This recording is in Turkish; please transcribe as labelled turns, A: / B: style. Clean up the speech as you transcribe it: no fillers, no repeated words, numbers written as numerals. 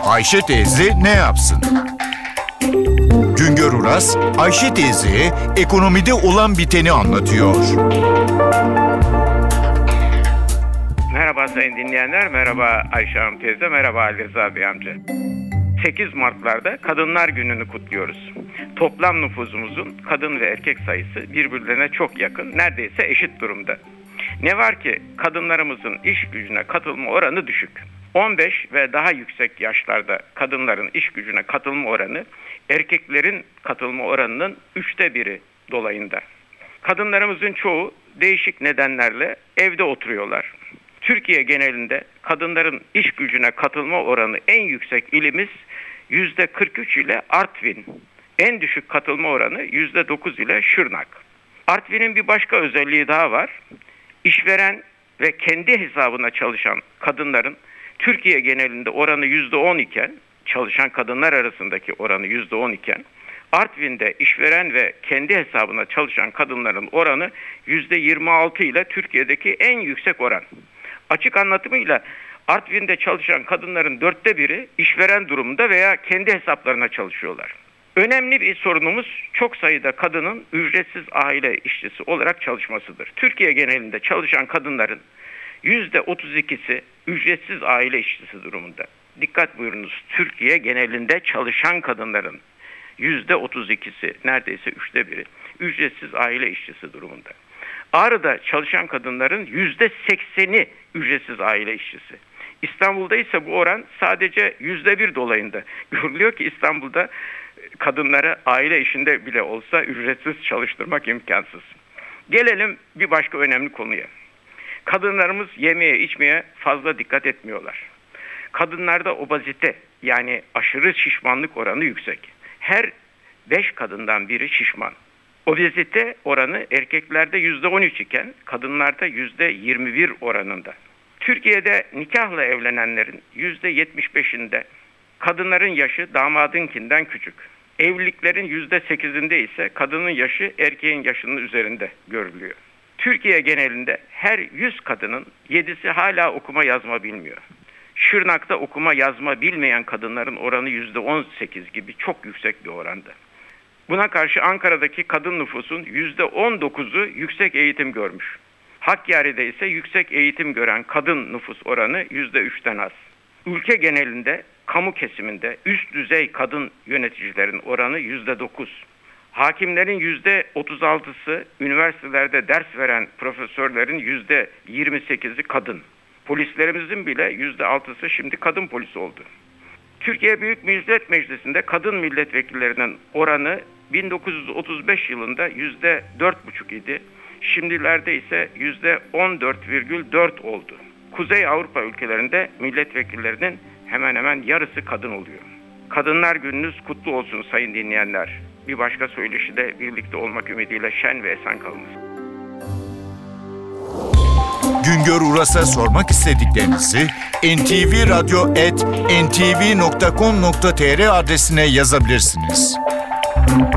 A: Ayşe teyze ne yapsın? Güngör Uras, Ayşe teyzeye ekonomide olan biteni anlatıyor.
B: Merhaba sayın dinleyenler, merhaba Ayşe Hanım teyze, merhaba Ali Rıza Bey amca. 8 Mart'larda Kadınlar Günü'nü kutluyoruz. Toplam nüfusumuzun kadın ve erkek sayısı birbirlerine çok yakın, neredeyse eşit durumda. Ne var ki kadınlarımızın iş gücüne katılma oranı düşük. 15 ve daha yüksek yaşlarda kadınların iş gücüne katılma oranı erkeklerin katılma oranının 1/3 dolayında. Kadınlarımızın çoğu değişik nedenlerle evde oturuyorlar. Türkiye genelinde kadınların iş gücüne katılma oranı en yüksek ilimiz %43 ile Artvin. En düşük katılma oranı %9 ile Şırnak. Artvin'in bir başka özelliği daha var. İşveren ve kendi hesabına çalışan kadınların Türkiye genelinde oranı %10 iken, çalışan kadınlar arasındaki oranı %10 iken, Artvin'de işveren ve kendi hesabına çalışan kadınların oranı %26 ile Türkiye'deki en yüksek oran. Açık anlatımıyla Artvin'de çalışan kadınların 1/4'ü işveren durumunda veya kendi hesaplarına çalışıyorlar. Önemli bir sorunumuz çok sayıda kadının ücretsiz aile işçisi olarak çalışmasıdır. Türkiye genelinde çalışan kadınların %32'si ücretsiz aile işçisi durumunda. Dikkat buyurunuz, Türkiye genelinde çalışan kadınların %32'si, neredeyse 1/3'ü ücretsiz aile işçisi durumunda. Ağrı'da çalışan kadınların %80'i ücretsiz aile işçisi. İstanbul'da ise bu oran sadece %1 dolayında. Görülüyor ki İstanbul'da kadınları aile işinde bile olsa ücretsiz çalıştırmak imkansız. Gelelim bir başka önemli konuya. Kadınlarımız yemeye içmeye fazla dikkat etmiyorlar. Kadınlarda obezite, yani aşırı şişmanlık oranı yüksek. Her 5 kadından biri şişman. Obezite oranı erkeklerde %13 iken kadınlarda %21 oranında. Türkiye'de nikahla evlenenlerin %75'inde kadınların yaşı damadınkinden küçük. Evliliklerin %8'inde ise kadının yaşı erkeğin yaşının üzerinde görülüyor. Türkiye genelinde her 100 kadının 7'si hala okuma yazma bilmiyor. Şırnak'ta okuma yazma bilmeyen kadınların oranı %18 gibi çok yüksek bir oranda. Buna karşı Ankara'daki kadın nüfusun %19'u yüksek eğitim görmüş. Hakkari'de ise yüksek eğitim gören kadın nüfus oranı %3'ten az. Ülke genelinde kamu kesiminde üst düzey kadın yöneticilerin oranı %9. Hakimlerin %36'sı, üniversitelerde ders veren profesörlerin %28'i kadın. Polislerimizin bile %6'sı şimdi kadın polis oldu. Türkiye Büyük Millet Meclisi'nde kadın milletvekillerinin oranı 1935 yılında %4,5 idi. Şimdilerde ise %14,4 oldu. Kuzey Avrupa ülkelerinde milletvekillerinin hemen hemen yarısı kadın oluyor. Kadınlar Gününüz kutlu olsun sayın dinleyenler. Bir başka söyleşide birlikte olmak ümidiyle şen ve esen kalınız.
A: Güngör Uras'a sormak istediklerinizi ntv.com.tr adresine yazabilirsiniz.